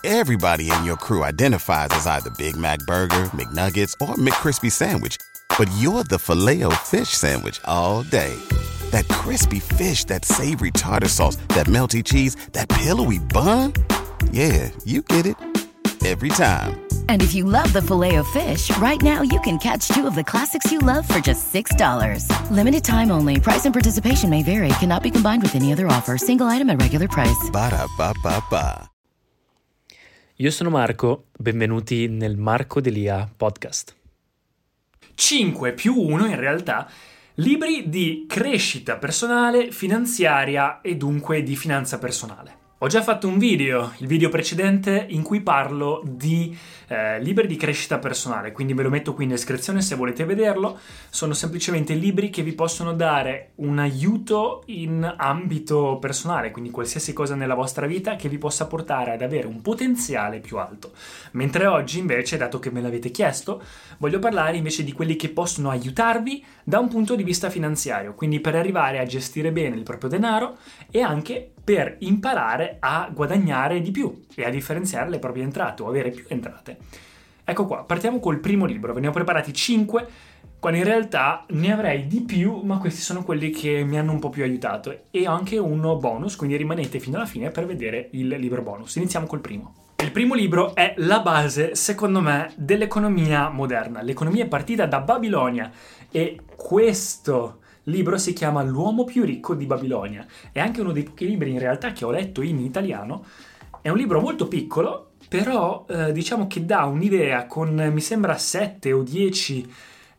Everybody in your crew identifies as either Big Mac Burger, McNuggets, or McCrispy Sandwich. But you're the Filet-O-Fish Sandwich all day. That crispy fish, that savory tartar sauce, that melty cheese, that pillowy bun. Yeah, you get it. Every time. And if you love the Filet-O-Fish, right now you can catch two of the classics you love for just $6. Limited time only. Price and participation may vary. Cannot be combined with any other offer. Single item at regular price. Ba-da-ba-ba-ba. Io sono Marco, benvenuti nel Marco Delia podcast. 5 più 1 in realtà, libri di crescita personale, finanziaria e dunque di finanza personale. Ho già fatto un video, il video precedente, in cui parlo di libri di crescita personale, quindi ve lo metto qui in descrizione se volete vederlo. Sono semplicemente libri che vi possono dare un aiuto in ambito personale, quindi qualsiasi cosa nella vostra vita che vi possa portare ad avere un potenziale più alto. Mentre oggi invece, dato che me l'avete chiesto, voglio parlare invece di quelli che possono aiutarvi da un punto di vista finanziario, quindi per arrivare a gestire bene il proprio denaro e anche per imparare a guadagnare di più e a differenziare le proprie entrate o avere più entrate. Ecco qua, partiamo col primo libro. Ve ne ho preparati 5, quando in realtà ne avrei di più, ma questi sono quelli che mi hanno un po' più aiutato. E ho anche uno bonus, quindi rimanete fino alla fine per vedere il libro bonus. Iniziamo col primo. Il primo libro è la base, secondo me, dell'economia moderna. L'economia è partita da Babilonia e questo libro si chiama L'uomo più ricco di Babilonia. È anche uno dei pochi libri in realtà che ho letto in italiano. È un libro molto piccolo, però diciamo che dà un'idea con, mi sembra, 7 o 10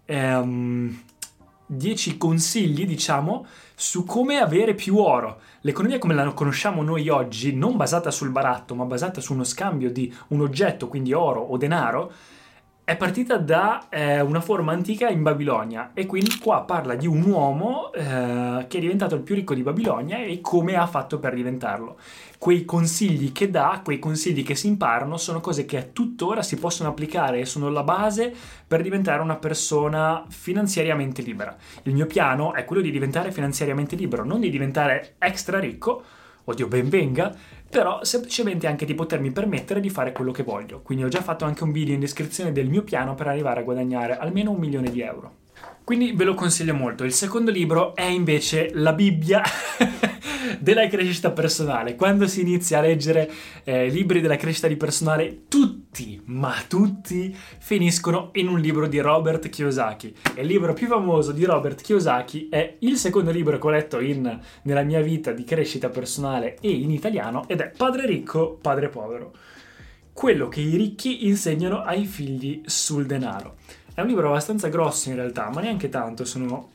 consigli, diciamo, su come avere più oro. L'economia come la conosciamo noi oggi, non basata sul baratto, ma basata su uno scambio di un oggetto, quindi oro o denaro, è partita da una forma antica in Babilonia, e quindi qua parla di un uomo che è diventato il più ricco di Babilonia e come ha fatto per diventarlo. Quei consigli che dà, quei consigli che si imparano, sono cose che tuttora si possono applicare e sono la base per diventare una persona finanziariamente libera. Il mio piano è quello di diventare finanziariamente libero, non di diventare extra ricco, oddio ben venga, però semplicemente anche di potermi permettere di fare quello che voglio. Quindi ho già fatto anche un video in descrizione del mio piano per arrivare a guadagnare almeno 1 milione di euro. Quindi ve lo consiglio molto. Il secondo libro è invece la Bibbia della crescita personale. Quando si inizia a leggere libri della crescita di personale, tutti, ma tutti, finiscono in un libro di Robert Kiyosaki. E il libro più famoso di Robert Kiyosaki è il secondo libro che ho letto nella mia vita di crescita personale e in italiano, ed è Padre ricco, padre povero. Quello che i ricchi insegnano ai figli sul denaro. È un libro abbastanza grosso in realtà, ma neanche tanto, sono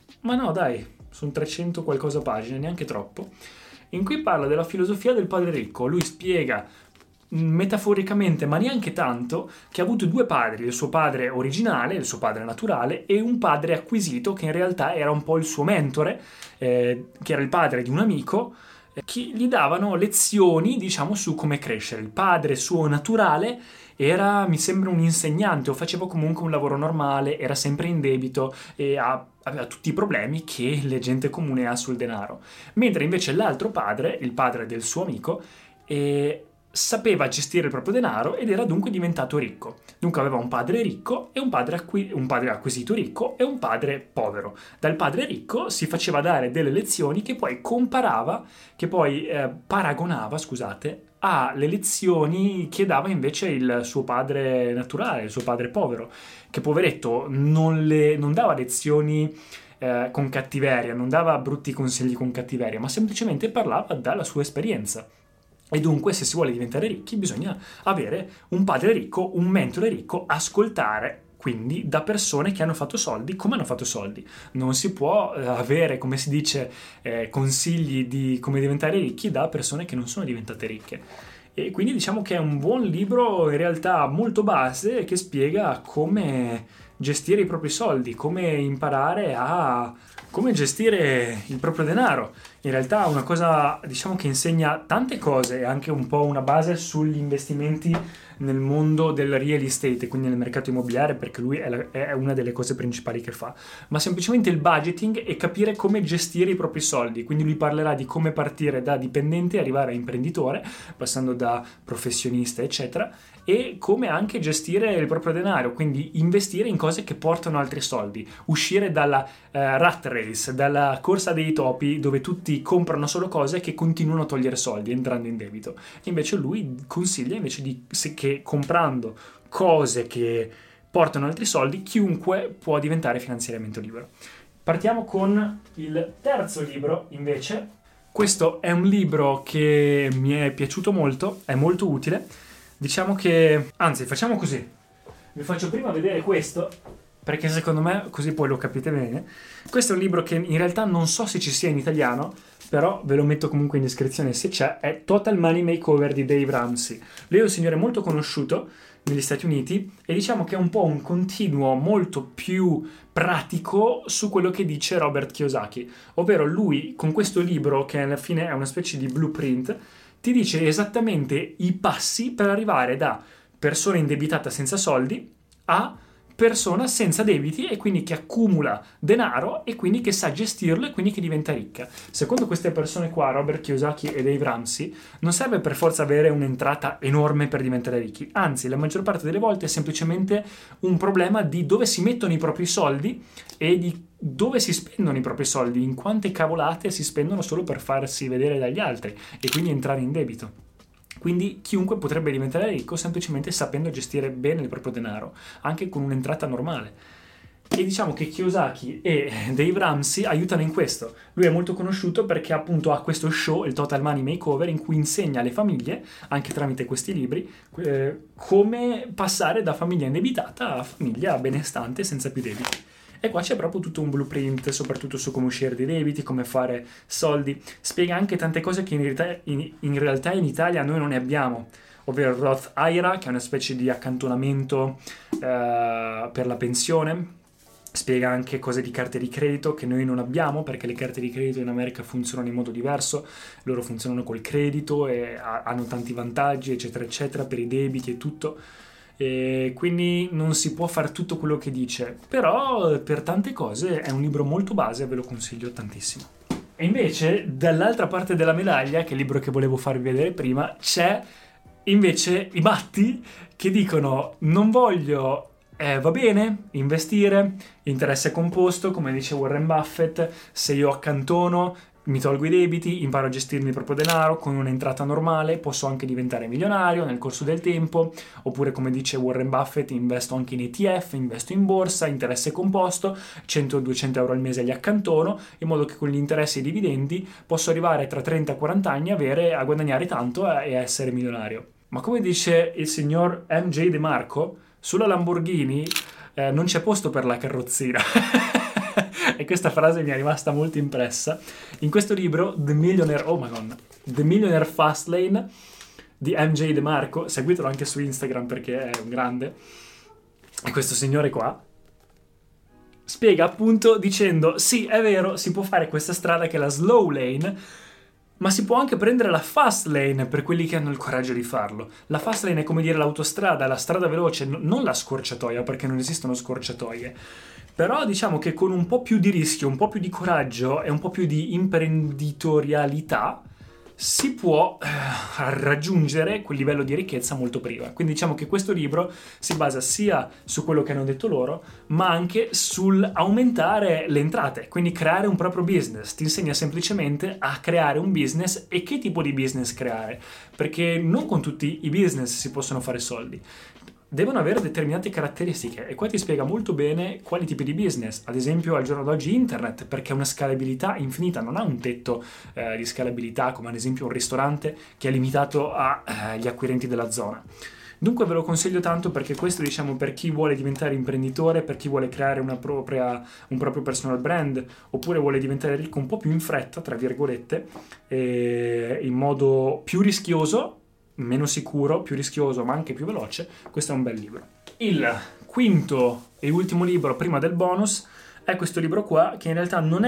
300 qualcosa pagine, neanche troppo, in cui parla della filosofia del padre ricco. Lui spiega metaforicamente, ma neanche tanto, che ha avuto 2 padri, il suo padre originale, il suo padre naturale, e un padre acquisito che in realtà era un po' il suo mentore, che era il padre di un amico, che gli davano lezioni, diciamo, su come crescere. Il padre suo naturale era, mi sembra, un insegnante o faceva comunque un lavoro normale, era sempre in debito e aveva tutti i problemi che la gente comune ha sul denaro. Mentre invece l'altro padre, il padre del suo amico, sapeva gestire il proprio denaro ed era dunque diventato ricco. Dunque aveva un padre ricco e un padre acquisito ricco e un padre povero. Dal padre ricco si faceva dare delle lezioni che poi paragonava, alle lezioni che dava invece il suo padre naturale, il suo padre povero, che poveretto non dava lezioni con cattiveria, non dava brutti consigli con cattiveria, ma semplicemente parlava dalla sua esperienza. E dunque, se si vuole diventare ricchi, bisogna avere un padre ricco, un mentore ricco, ascoltare quindi da persone che hanno fatto soldi come hanno fatto soldi. Non si può avere, come si dice, consigli di come diventare ricchi da persone che non sono diventate ricche. E quindi diciamo che è un buon libro, in realtà molto base, che spiega come gestire i propri soldi, come imparare a come gestire il proprio denaro. in realtà una cosa, diciamo, che insegna tante cose e anche un po' una base sugli investimenti nel mondo del real estate, quindi nel mercato immobiliare, perché lui è una delle cose principali che fa, ma semplicemente il budgeting e capire come gestire i propri soldi. Quindi lui parlerà di come partire da dipendente e arrivare a imprenditore, passando da professionista eccetera, e come anche gestire il proprio denaro, quindi investire in cose che portano altri soldi, uscire dalla rat race, dalla corsa dei topi dove tutti comprano solo cose che continuano a togliere soldi entrando in debito. E invece lui consiglia che comprando cose che portano altri soldi chiunque può diventare finanziariamente libero. Partiamo con il terzo libro invece. Questo è un libro che mi è piaciuto molto, è molto utile. Diciamo che, anzi, facciamo così. Vi faccio prima vedere questo, perché secondo me così poi lo capite bene. Questo è un libro che in realtà non so se ci sia in italiano, però ve lo metto comunque in descrizione se c'è. È Total Money Makeover di Dave Ramsey. Lui è un signore molto conosciuto negli Stati Uniti e diciamo che è un po' un continuo molto più pratico su quello che dice Robert Kiyosaki, ovvero lui con questo libro, che alla fine è una specie di blueprint, ti dice esattamente i passi per arrivare da persona indebitata senza soldi a persona senza debiti e quindi che accumula denaro e quindi che sa gestirlo e quindi che diventa ricca. Secondo queste persone qua, Robert Kiyosaki e Dave Ramsey, non serve per forza avere un'entrata enorme per diventare ricchi, anzi la maggior parte delle volte è semplicemente un problema di dove si mettono i propri soldi e di dove si spendono i propri soldi, in quante cavolate si spendono solo per farsi vedere dagli altri e quindi entrare in debito. Quindi chiunque potrebbe diventare ricco semplicemente sapendo gestire bene il proprio denaro, anche con un'entrata normale. E diciamo che Kiyosaki e Dave Ramsey aiutano in questo. Lui è molto conosciuto perché appunto ha questo show, il Total Money Makeover, in cui insegna alle famiglie, anche tramite questi libri, come passare da famiglia indebitata a famiglia benestante senza più debiti. E qua c'è proprio tutto un blueprint, soprattutto su come uscire dai debiti, come fare soldi. Spiega anche tante cose che in realtà in Italia noi non ne abbiamo, ovvero il Roth IRA, che è una specie di accantonamento per la pensione. Spiega anche cose di carte di credito che noi non abbiamo, perché le carte di credito in America funzionano in modo diverso, loro funzionano col credito e hanno tanti vantaggi, eccetera, eccetera, per i debiti e tutto. E quindi non si può fare tutto quello che dice, però per tante cose è un libro molto base e ve lo consiglio tantissimo. E invece dall'altra parte della medaglia, che è il libro che volevo farvi vedere prima, c'è invece i matti che dicono non voglio, va bene investire, interesse composto, come dice Warren Buffett, se io accantono mi tolgo i debiti, imparo a gestirmi il proprio denaro con un'entrata normale, posso anche diventare milionario nel corso del tempo, oppure come dice Warren Buffett investo anche in ETF, investo in borsa, interesse composto, 100-200 euro al mese li accantono, in modo che con gli interessi e i dividendi posso arrivare tra 30-40 anni a guadagnare tanto e a essere milionario. Ma come dice il signor MJ De Marco, sulla Lamborghini non c'è posto per la carrozzina. E questa frase mi è rimasta molto impressa. In questo libro, The Millionaire Fastlane di MJ De Marco, seguitelo anche su Instagram perché è un grande, e questo signore qua spiega appunto dicendo sì, è vero, si può fare questa strada che è la slow lane, ma si può anche prendere la fast lane per quelli che hanno il coraggio di farlo. La fast lane è come dire l'autostrada, la strada veloce, non la scorciatoia, perché non esistono scorciatoie. Però diciamo che con un po' più di rischio, un po' più di coraggio e un po' più di imprenditorialità si può raggiungere quel livello di ricchezza molto prima. Quindi diciamo che questo libro si basa sia su quello che hanno detto loro, ma anche sul aumentare le entrate, quindi creare un proprio business. Ti insegna semplicemente a creare un business e che tipo di business creare, perché non con tutti i business si possono fare soldi. Devono avere determinate caratteristiche e qua ti spiega molto bene quali tipi di business, ad esempio al giorno d'oggi internet, perché ha una scalabilità infinita, non ha un tetto di scalabilità come ad esempio un ristorante che è limitato agli acquirenti della zona. Dunque ve lo consiglio tanto perché questo diciamo per chi vuole diventare imprenditore, per chi vuole creare un proprio personal brand oppure vuole diventare ricco un po' più in fretta, tra virgolette, in modo più rischioso, meno sicuro, più rischioso ma anche più veloce. Questo è un bel libro. Il quinto e ultimo libro prima del bonus è questo libro qua, che in realtà non è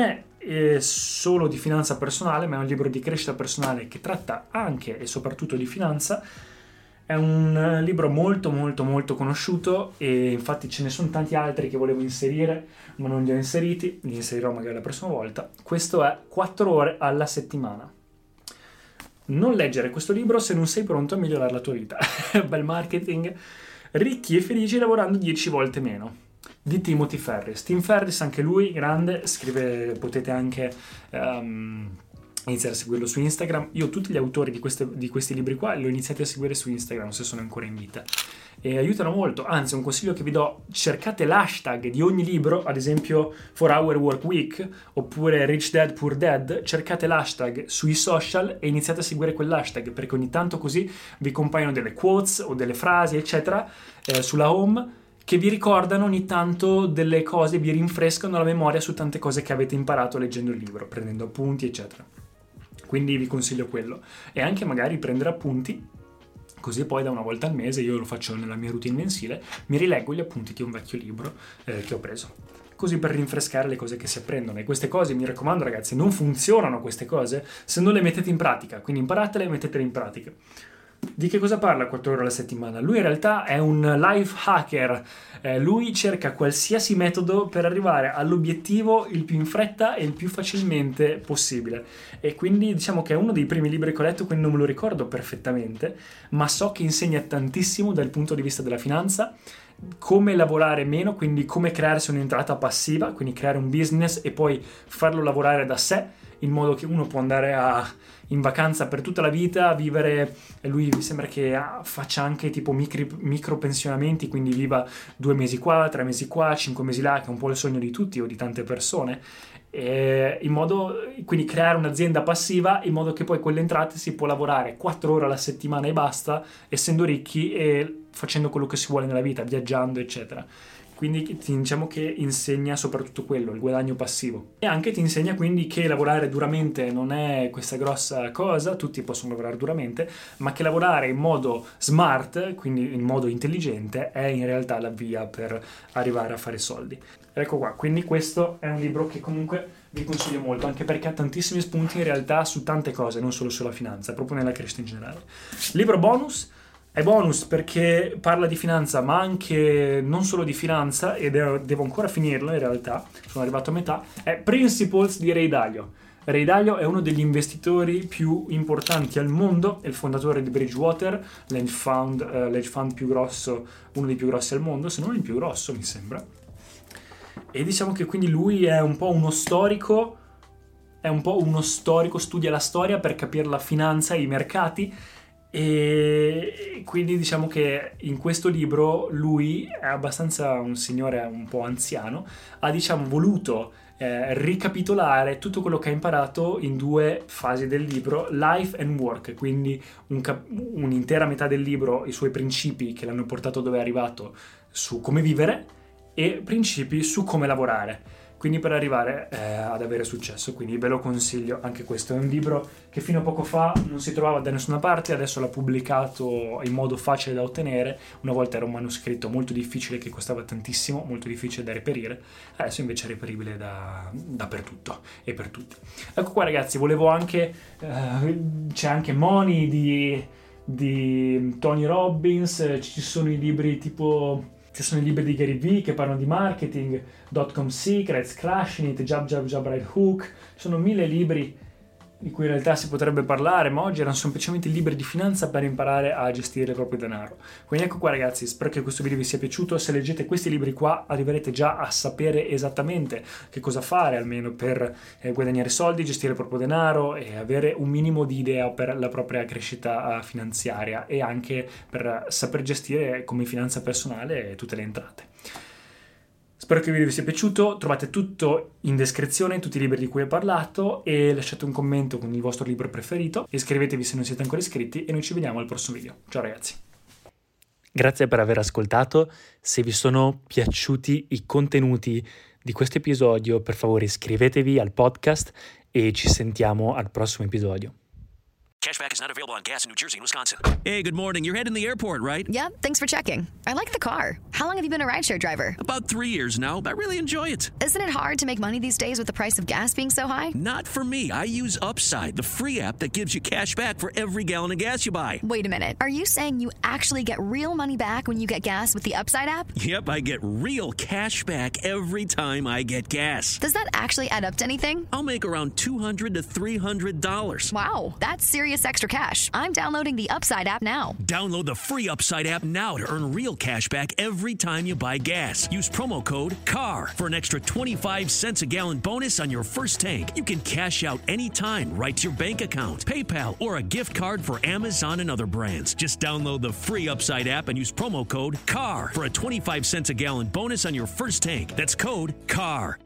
solo di finanza personale, ma è un libro di crescita personale che tratta anche e soprattutto di finanza. È un libro molto molto molto conosciuto e infatti ce ne sono tanti altri che volevo inserire ma non li ho inseriti, li inserirò magari la prossima volta. Questo è 4 ore alla settimana. Non leggere questo libro se non sei pronto a migliorare la tua vita. Bel marketing. Ricchi e felici lavorando 10 volte meno, di Timothy Ferriss. Tim Ferriss, anche lui grande, scrive, potete anche iniziare a seguirlo su Instagram. Io tutti gli autori di questi libri qua li ho iniziati a seguire su Instagram se sono ancora in vita e aiutano molto. Anzi, un consiglio che vi do: cercate l'hashtag di ogni libro, ad esempio 4 Hour Work Week oppure Rich Dad Poor Dad. Cercate l'hashtag sui social e iniziate a seguire quell'hashtag, perché ogni tanto così vi compaiono delle quotes o delle frasi eccetera sulla home che vi ricordano ogni tanto delle cose, vi rinfrescano la memoria su tante cose che avete imparato leggendo il libro, prendendo appunti eccetera. Quindi vi consiglio quello, e anche magari prendere appunti, così poi da una volta al mese, io lo faccio nella mia routine mensile, mi rileggo gli appunti di un vecchio libro che ho preso, così per rinfrescare le cose che si apprendono. E queste cose, mi raccomando ragazzi, non funzionano queste cose se non le mettete in pratica, quindi imparatele e mettetele in pratica. Di che cosa parla 4 ore alla settimana? Lui in realtà è un life hacker, lui cerca qualsiasi metodo per arrivare all'obiettivo il più in fretta e il più facilmente possibile, e quindi diciamo che è uno dei primi libri che ho letto, quindi non me lo ricordo perfettamente, ma so che insegna tantissimo dal punto di vista della finanza, come lavorare meno, quindi come crearsi un'entrata passiva, quindi creare un business e poi farlo lavorare da sé, in modo che uno può andare in vacanza per tutta la vita, vivere. Lui mi sembra che faccia anche tipo micro pensionamenti, quindi viva 2 mesi qua, 3 mesi qua, 5 mesi là, che è un po' il sogno di tutti o di tante persone, quindi creare un'azienda passiva in modo che poi con le entrate si può lavorare 4 ore alla settimana e basta, essendo ricchi e facendo quello che si vuole nella vita, viaggiando eccetera. Quindi diciamo che insegna soprattutto quello, il guadagno passivo, e anche ti insegna quindi che lavorare duramente non è questa grossa cosa, tutti possono lavorare duramente, ma che lavorare in modo smart, quindi in modo intelligente, è in realtà la via per arrivare a fare soldi. Ecco qua, quindi questo è un libro che comunque vi consiglio molto, anche perché ha tantissimi spunti in realtà su tante cose, non solo sulla finanza, proprio nella crescita in generale. Libro bonus. È bonus perché parla di finanza, ma anche non solo di finanza, e devo ancora finirlo in realtà, sono arrivato a metà, è Principles di Ray Dalio. Ray Dalio è uno degli investitori più importanti al mondo, è il fondatore di Bridgewater, l'hedge fund più grosso, uno dei più grossi al mondo, se non il più grosso mi sembra. E diciamo che quindi lui è un po' uno storico, studia la storia per capire la finanza e i mercati. E quindi diciamo che in questo libro lui è abbastanza un signore un po' anziano, ha voluto ricapitolare tutto quello che ha imparato in 2 fasi del libro, life and work, quindi un'intera metà del libro, i suoi principi che l'hanno portato dove è arrivato su come vivere, e principi su come lavorare, quindi per arrivare ad avere successo. Quindi ve lo consiglio anche questo. È un libro che fino a poco fa non si trovava da nessuna parte, adesso l'ha pubblicato in modo facile da ottenere. Una volta era un manoscritto molto difficile che costava tantissimo, molto difficile da reperire, adesso invece è reperibile dappertutto e per tutti. Ecco qua ragazzi, volevo anche c'è anche Money di Tony Robbins, ci sono i libri di Gary Vee che parlano di marketing, Dotcom Secrets, Crushing It, Jab Right Hook. Ci sono 1000 libri di cui in realtà si potrebbe parlare, ma oggi erano semplicemente libri di finanza per imparare a gestire il proprio denaro. Quindi ecco qua ragazzi, spero che questo video vi sia piaciuto. Se leggete questi libri qua arriverete già a sapere esattamente che cosa fare, almeno per guadagnare soldi, gestire il proprio denaro e avere un minimo di idea per la propria crescita finanziaria, e anche per saper gestire come finanza personale tutte le entrate. Spero che il video vi sia piaciuto, trovate tutto in descrizione, tutti i libri di cui ho parlato, e lasciate un commento con il vostro libro preferito, iscrivetevi se non siete ancora iscritti e noi ci vediamo al prossimo video. Ciao ragazzi! Grazie per aver ascoltato. Se vi sono piaciuti i contenuti di questo episodio, per favore iscrivetevi al podcast e ci sentiamo al prossimo episodio. Cashback is not available on gas in New Jersey and Wisconsin. Hey, good morning. You're heading to the airport, right? Yep, thanks for checking. I like the car. How long have you been a rideshare driver? About 3 years now, but I really enjoy it. Isn't it hard to make money these days with the price of gas being so high? Not for me. I use Upside, the free app that gives you cash back for every gallon of gas you buy. Wait a minute. Are you saying you actually get real money back when you get gas with the Upside app? Yep, I get real cash back every time I get gas. Does that actually add up to anything? I'll make around $200 to $300. Wow, that's serious extra cash. I'm downloading the Upside app now. Download the free Upside app now to earn real cash back every time you buy gas. Use promo code CAR for an extra 25 cents a gallon bonus on your first tank. You can cash out anytime right to your bank account, PayPal, or a gift card for Amazon and other brands. Just download the free Upside app and use promo code CAR for a 25 cents a gallon bonus on your first tank. That's code CAR.